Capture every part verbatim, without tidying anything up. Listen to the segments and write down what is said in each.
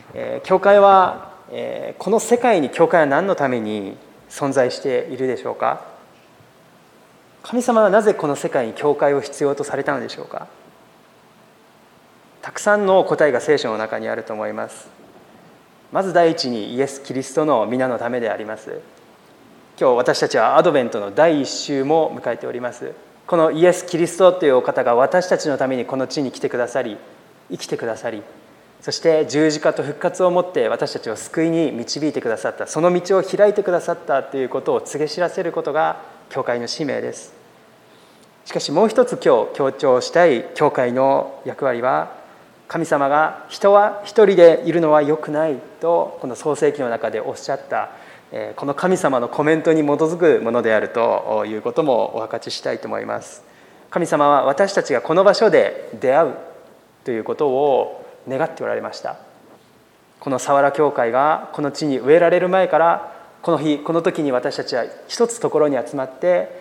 えー、教会は、えー、この世界に教会は何のために存在しているでしょうか。神様はなぜこの世界に教会を必要とされたのでしょうか。たくさんの答えが聖書の中にあると思います。まず第一にイエス・キリストの皆のためであります。今日私たちはアドベントの第一週も迎えております。このイエス・キリストというお方が私たちのためにこの地に来てくださり、生きてくださり、そして十字架と復活をもって私たちを救いに導いてくださった、その道を開いてくださったということを告げ知らせることが教会の使命です。しかしもう一つ今日強調したい教会の役割は、神様が人は一人でいるのは良くないとこの創世記の中でおっしゃったこの神様のコメントに基づくものであるということもお分かちしたいと思います。神様は私たちがこの場所で出会うということを願っておられました。この佐原教会がこの地に植えられる前から、この日この時に私たちは一つところに集まって、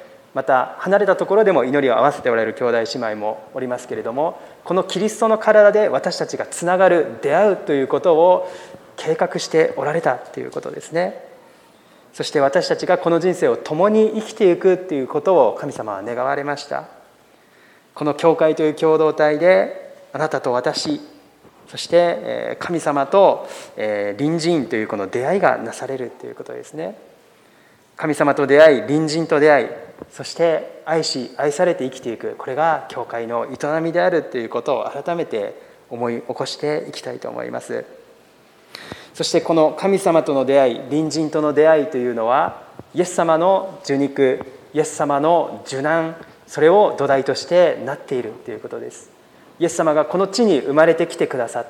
また離れたところでも祈りを合わせておられる兄弟姉妹もおりますけれども、このキリストの体で私たちがつながる、出会うということを計画しておられたということですね。そして私たちがこの人生を共に生きていくということを神様は願われました。この教会という共同体であなたと私、そして神様と隣人というこの出会いがなされるということですね。神様と出会い、隣人と出会い、そして愛し愛されて生きていく、これが教会の営みであるということを改めて思い起こしていきたいと思います。そしてこの神様との出会い、隣人との出会いというのは、イエス様の受肉、イエス様の受難、それを土台としてなっているということです。イエス様がこの地に生まれてきてくださって、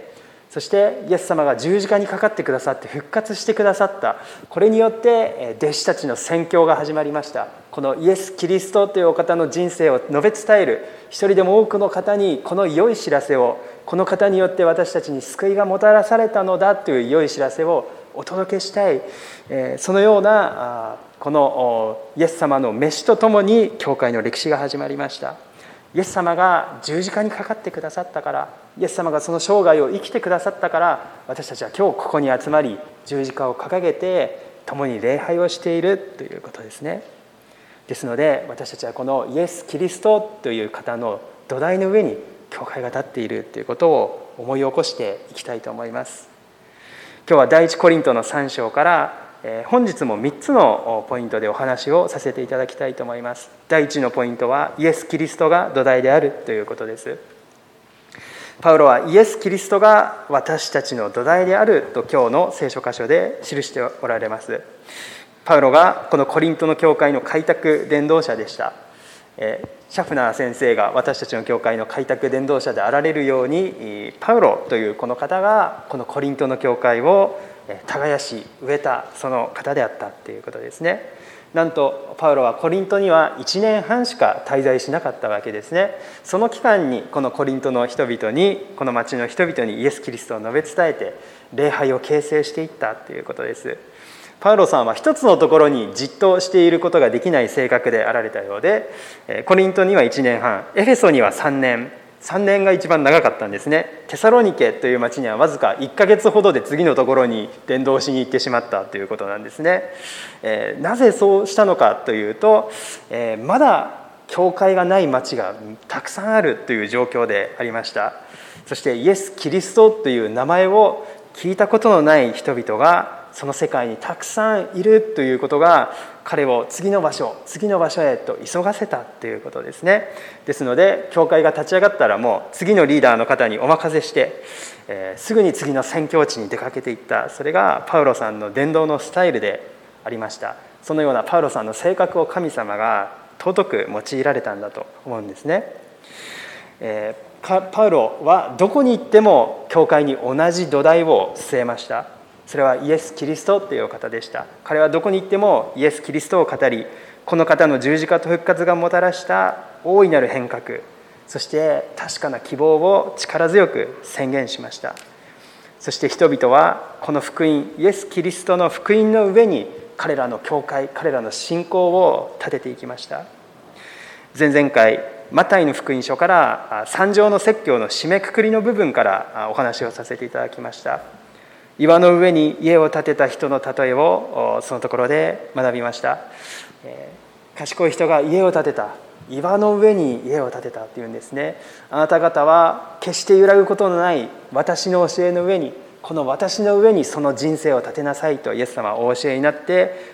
そしてイエス様が十字架にかかってくださって復活してくださった、これによって弟子たちの宣教が始まりました。このイエス・キリストというお方の人生を述べ伝える、一人でも多くの方にこの良い知らせを、この方によって私たちに救いがもたらされたのだという良い知らせをお届けしたい、そのようなこのイエス様の召しとともに教会の歴史が始まりました。イエス様が十字架にかかってくださったから、イエス様がその生涯を生きてくださったから、私たちは今日ここに集まり、十字架を掲げて共に礼拝をしているということですね。ですので私たちはこのイエス・キリストという方の土台の上に教会が立っているということを思い起こしていきたいと思います。今日は第一コリントのさん章から、本日もみっつのポイントでお話をさせていただきたいと思います。第一のポイントは、イエス・キリストが土台であるということです。パウロはイエス・キリストが私たちの土台であると今日の聖書箇所で記しておられます。パウロがこのコリントの教会の開拓伝道者でした。シャフナー先生が私たちの教会の開拓伝道者であられるように、パウロというこの方がこのコリントの教会を耕し植えたその方であったということですね。なんとパウロはコリントにはいちねんはんしか滞在しなかったわけですね。その期間にこのコリントの人々に、この町の人々にイエス・キリストを述べ伝えて礼拝を形成していったということです。パウロさんは一つのところにじっとしていることができない性格であられたようで、コリントにはいちねんはん、エフェソにはさんねん、さんねんが一番長かったんですね。テサロニケという町にはわずかいっかげつほどで次のところに伝道しに行ってしまったということなんですね。えー、なぜそうしたのかというと、えー、まだ教会がない町がたくさんあるという状況でありました。そしてイエス・キリストという名前を聞いたことのない人々がその世界にたくさんいるということが、彼を次の場所次の場所へと急がせたということですね。ですので教会が立ち上がったら、もう次のリーダーの方にお任せして、えー、すぐに次の宣教地に出かけていった。それがパウロさんの伝道のスタイルでありました。そのようなパウロさんの性格を神様が尊く用いられたんだと思うんですね。えー、パウロはどこに行っても教会に同じ土台を据えました。それはイエス・キリストというお方でした。彼はどこに行ってもイエス・キリストを語り、この方の十字架と復活がもたらした大いなる変革、そして確かな希望を力強く宣言しました。そして人々はこの福音、イエス・キリストの福音の上に彼らの教会、彼らの信仰を立てていきました。前々回マタイの福音書から三条の説教の締めくくりの部分からお話をさせていただきました。 岩の上に家を建てた人の例えをそのところで学びました。えー、賢い人が家を建てた、岩の上に家を建てたっていうんですね。あなた方は決して揺らぐことのない私の教えの上に、この私の上にその人生を建てなさいとイエス様はお教えになって、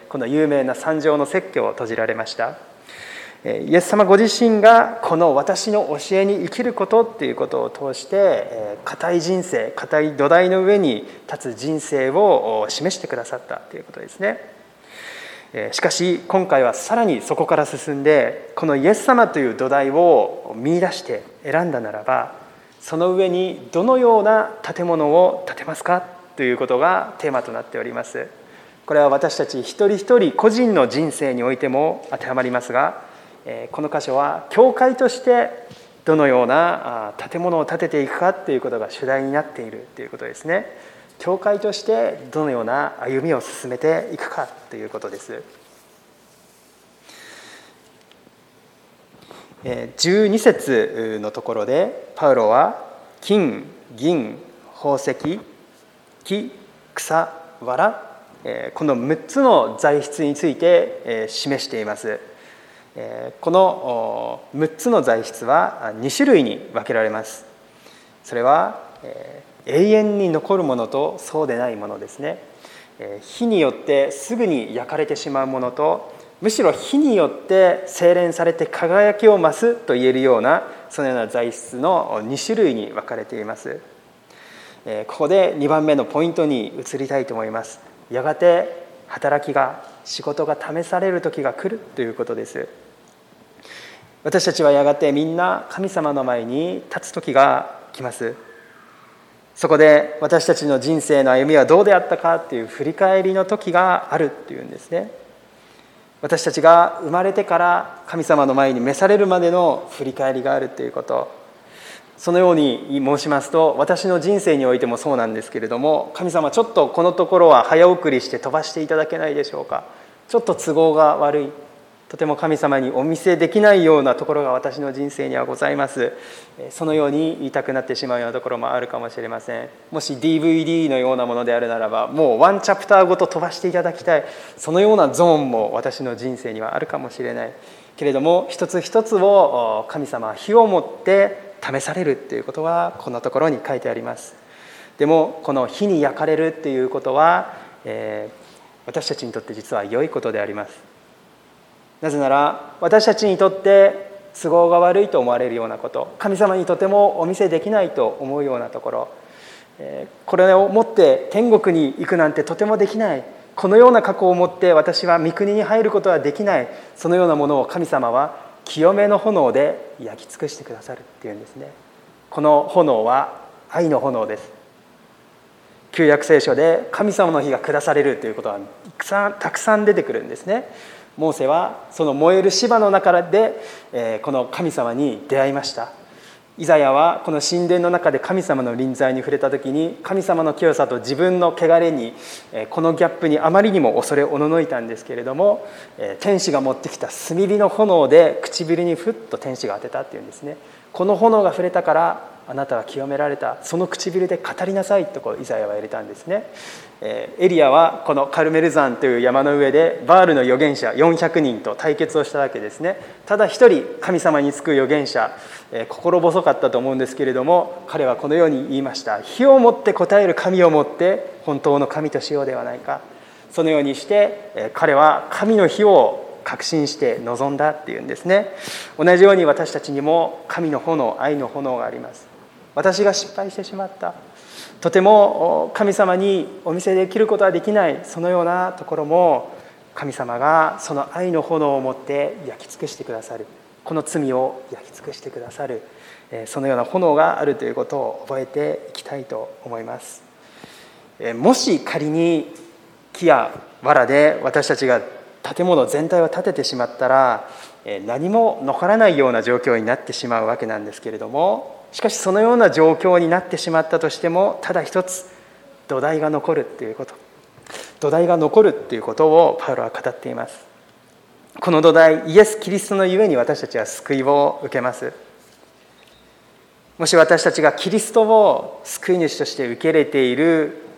この有名な三条の説教を閉じられました。イエス様ご自身がこの私の教えに生きることっていうことを通して、固い人生、固い土台の上に立つ人生を示してくださったということですね。しかし今回はさらにそこから進んで、このイエス様という土台を見出して選んだならば、その上にどのような建物を建てますかということがテーマとなっております。これは私たち一人一人個人の人生においても当てはまりますが、この箇所は教会としてどのような建物を建てていくかということが主題になっているということですね。教会としてどのような歩みを進めていくかということです。じゅうに節のところでパウロは金、銀、宝石、木、草、藁、このむっつの材質について示しています。このむっつの材質はに種類に分けられます。それは永遠に残るものとそうでないものですね。火によってすぐに焼かれてしまうものと、むしろ火によって精錬されて輝きを増すと言えるような、そのような材質のに種類に分かれています。ここでにばんめのポイントに移りたいと思います。やがて働きが、仕事が試される時が来るということです。私たちはやがてみんな神様の前に立つ時が来ます。そこで私たちの人生の歩みはどうであったかという振り返りの時があるっていうんですね。私たちが生まれてから神様の前に召されるまでの振り返りがあるということ、そのように申しますと、私の人生においてもそうなんですけれども、神様ちょっとこのところは早送りして飛ばしていただけないでしょうか。ちょっと都合が悪い、とても神様にお見せできないようなところが私の人生にはございます。そのように言いたくなってしまうようなところもあるかもしれません。もし ディーブイディー のようなものであるならば、もうワンチャプターごと飛ばしていただきたい、そのようなゾーンも私の人生にはあるかもしれないけれども、一つ一つを神様は火をもって試されるということはこのところに書いてあります。でもこの火に焼かれるということは、えー、私たちにとって実は良いことであります。なぜなら私たちにとって都合が悪いと思われるようなこと、神様にとてもお見せできないと思うようなところ、これを持って天国に行くなんてとてもできない、このような過去を持って私は御国に入ることはできない、そのようなものを神様は清めの炎で焼き尽くしてくださるっていうんですね。この炎は愛の炎です。旧約聖書で神様の火が下されるということはたくさん、たくさん出てくるんですね。モーセはその燃える芝の中で、えー、この神様に出会いました。イザヤはこの神殿の中で神様の臨在に触れた時に、神様の清さと自分の汚れに、えー、このギャップにあまりにも恐れおののいたんですけれども、えー、天使が持ってきた炭火の炎で唇にふっと天使が当てたっていうんですね。この炎が触れたからあなたは清められた、その唇で語りなさいとこうイザヤは入れたんですね。エリアはこのカルメル山という山の上でバールの預言者よんひゃくにんと対決をしたわけですね。ただ一人神様につく預言者、えー、心細かったと思うんですけれども、彼はこのように言いました。火をもって答える神をもって本当の神としようではないか。そのようにして、えー、彼は神の火を確信して臨んだっていうんですね。同じように私たちにも神の炎、愛の炎があります。私が失敗してしまった、とても神様にお見せできることはできない、そのようなところも神様がその愛の炎を持って焼き尽くしてくださる、この罪を焼き尽くしてくださる、そのような炎があるということを覚えていきたいと思います。もし仮に木や藁で私たちが建物全体を建ててしまったら、何も残らないような状況になってしまうわけなんですけれども、しかしそのような状況になってしまったとしても、ただ一つ土台が残るっていうこと、土台が残るっていうことをパウロは語っています。この土台、イエス・キリストのゆえに私たちは救いを受けます。もし私たちがキリストを救い主として受け入れている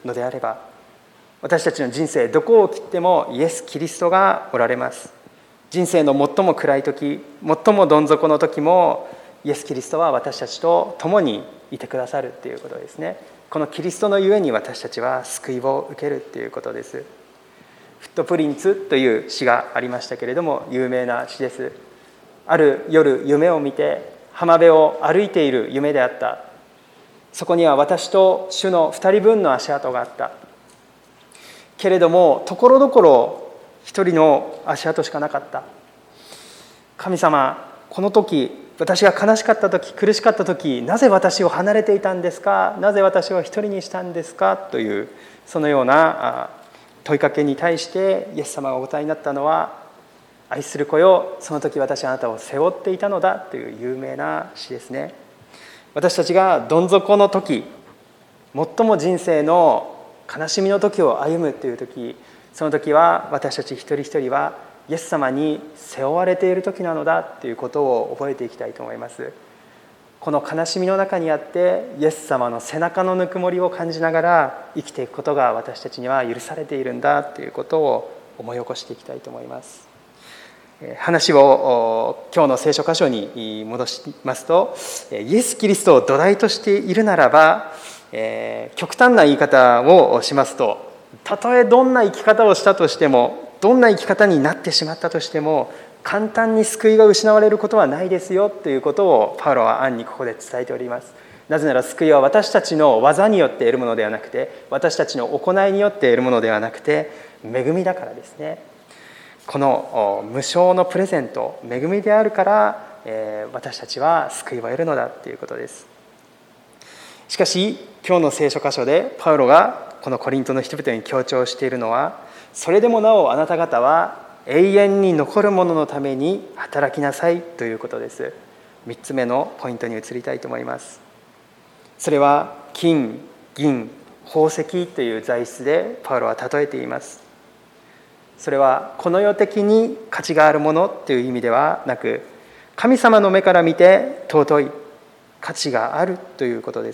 のであれば、私たちの人生どこを切ってもイエス・キリストがおられます。人生の最も暗い時、最もどん底の時もイエス・キリストは私たちと共にいてくださるということですね。このキリストのゆえに私たちは救いを受けるということです。フットプリンツという詩がありましたけれども、有名な詩です。ある夜夢を見て浜辺を歩いている夢であった。そこには私と主の二人分の足跡があった。けれどもところどころ一人の足跡しかなかった。神様、この時私が悲しかった時、苦しかった時、なぜ私を離れていたんですか、なぜ私を一人にしたんですかという、そのような問いかけに対してイエス様がお答えになったのは、愛する子よ、その時私はあなたを背負っていたのだという有名な詩ですね。私たちがどん底の時、最も人生の悲しみの時を歩むという時、その時は私たち一人一人はイエス様に背負われている時なのだということを覚えていきたいと思います。この悲しみの中にあってイエス様の背中のぬくもりを感じながら生きていくことが私たちには許されているんだということを思い起こしていきたいと思います。話を今日の聖書箇所に戻しますと、イエス・キリストを土台としているならば、えー、極端な言い方をしますと、たとえどんな生き方をしたとしても、どんな生き方になってしまったとしても、簡単に救いが失われることはないですよということをパウロは暗にここで伝えております。なぜなら救いは私たちの技によって得るものではなくて、私たちの行いによって得るものではなくて、恵みだからですね。この無償のプレゼント、恵みであるから、えー、私たちは救いを得るのだということです。しかし今日の聖書箇所でパウロがこのコリントの人々に強調しているのは、それでもなおあなた方は永遠に残るもののために働きなさいということです。みっつめのポイントに移りたいと思います。それは金、銀、宝石という材質でパウロは例えています。それはこの世的に価値があるものという意味ではなく、神様の目から見て尊い価値があるということです。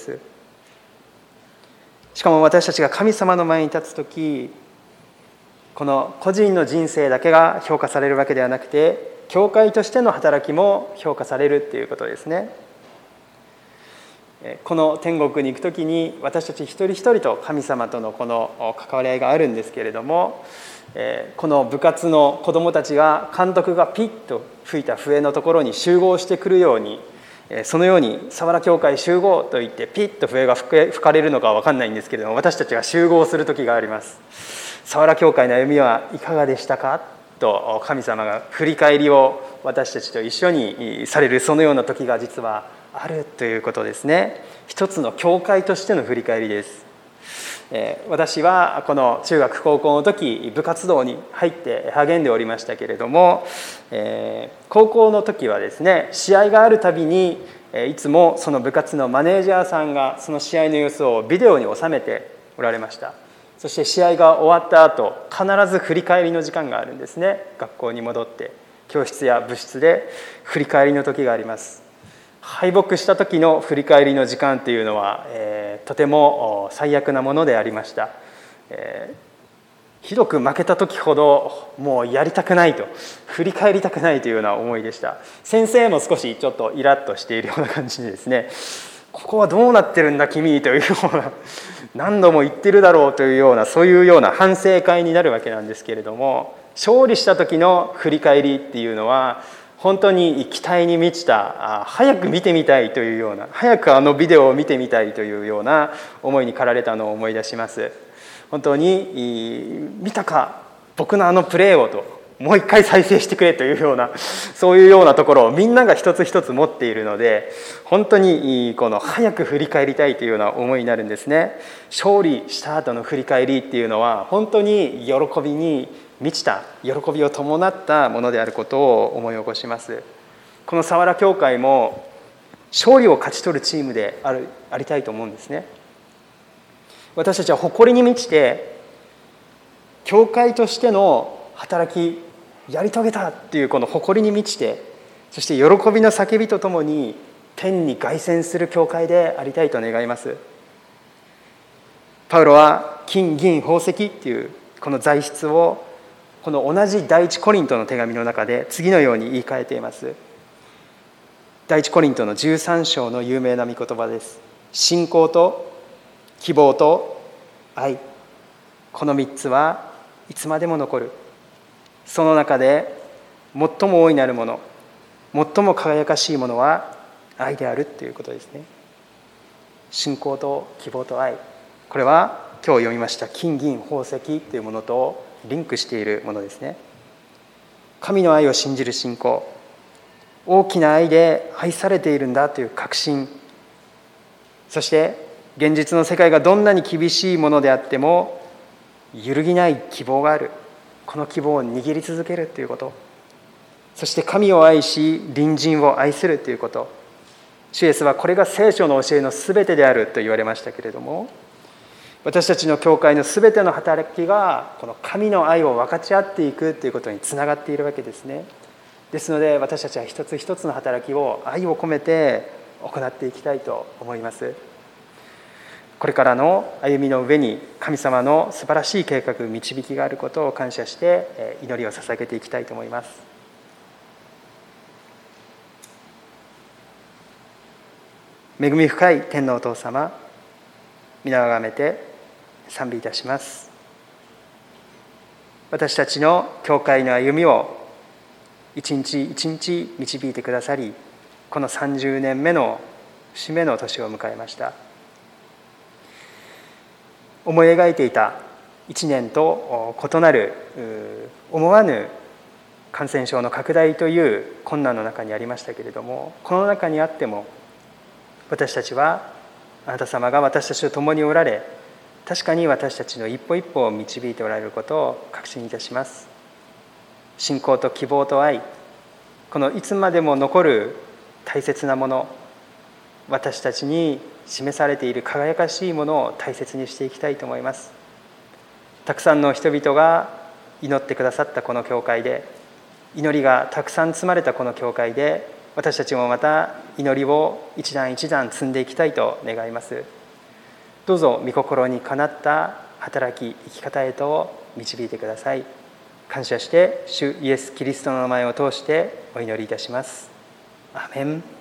しかも私たちが神様の前に立つとき、この個人の人生だけが評価されるわけではなくて、教会としての働きも評価されるということですね。この天国に行くときに私たち一人一人と神様とのこの関わり合いがあるんですけれども、この部活の子どもたちが監督がピッと吹いた笛のところに集合してくるように、そのように佐原教会集合と言ってピッと笛が吹かれるのか分かんないんですけれども、私たちが集合する時があります。佐原教会の歩みはいかがでしたかと神様が振り返りを私たちと一緒にされる、そのような時が実はあるということですね。一つの教会としての振り返りです。私はこの中学高校の時部活動に入って励んでおりましたけれども、高校の時はですね、試合があるたびにいつもその部活のマネージャーさんがその試合の様子をビデオに収めておられました。そして試合が終わった後、必ず振り返りの時間があるんですね。学校に戻って教室や部室で振り返りの時があります。敗北した時の振り返りの時間というのは、えー、とても最悪なものでありました。えー、ひどく負けた時ほどもうやりたくないと、振り返りたくないというような思いでした。先生も少しちょっとイラッとしているような感じでですね、ここはどうなってるんだ君というような、何度も言ってるだろうというような、そういうような反省会になるわけなんですけれども、勝利した時の振り返りっていうのは本当に期待に満ちた、早く見てみたいというような、早くあのビデオを見てみたいというような思いに駆られたのを思い出します。本当に見たか僕のあのプレーをと、もう一回再生してくれというような、そういうようなところをみんなが一つ一つ持っているので、本当にこの早く振り返りたいというような思いになるんですね。勝利した後の振り返りっていうのは本当に喜びに満ちた、喜びを伴ったものであることを思い起こします。この佐原教会も勝利を勝ち取るチームである、ありたいと思うんですね。私たちは誇りに満ちて、教会としての働き、やり遂げたっていうこの誇りに満ちて、そして喜びの叫びとともに天に凱旋する教会でありたいと願います。パウロは金銀宝石っていうこの材質をこの同じ第一コリントの手紙の中で次のように言い換えています。第一コリントのじゅうさん章の有名な御言葉です。信仰と希望と愛、このみっつはいつまでも残る。その中で最も大いなるもの、最も輝かしいものは愛であるということですね。信仰と希望と愛、これは今日読みました金銀宝石というものとリンクしているものですね。神の愛を信じる信仰、大きな愛で愛されているんだという確信、そして現実の世界がどんなに厳しいものであっても揺るぎない希望がある。この希望を握り続けるということ、そして神を愛し隣人を愛するということ、主イエスはこれが聖書の教えのすべてであると言われましたけれども、私たちの教会のすべての働きがこの神の愛を分かち合っていくということにつながっているわけですね。ですので私たちは一つ一つの働きを愛を込めて行っていきたいと思います。これからの歩みの上に神様の素晴らしい計画、導きがあることを感謝して祈りを捧げていきたいと思います。恵み深い天のお父様、皆をあがめて賛美いたします。私たちの教会の歩みを一日一日導いてくださり、このさんじゅうねんめの節目の年を迎えました。思い描いていたいちねんと異なる思わぬ感染症の拡大という困難の中にありましたけれども、この中にあっても私たちはあなた様が私たちと共におられ、確かに私たちの一歩一歩を導いておられることを確信いたします。信仰と希望と愛、このいつまでも残る大切なもの、私たちに示されている輝かしいものを大切にしていきたいと思います。たくさんの人々が祈ってくださったこの教会で、祈りがたくさん積まれたこの教会で、私たちもまた祈りを一段一段積んでいきたいと願います。どうぞ御心にかなった働き、生き方へと導いてください。感謝して主イエス・キリストの名前を通してお祈りいたします。アーメン。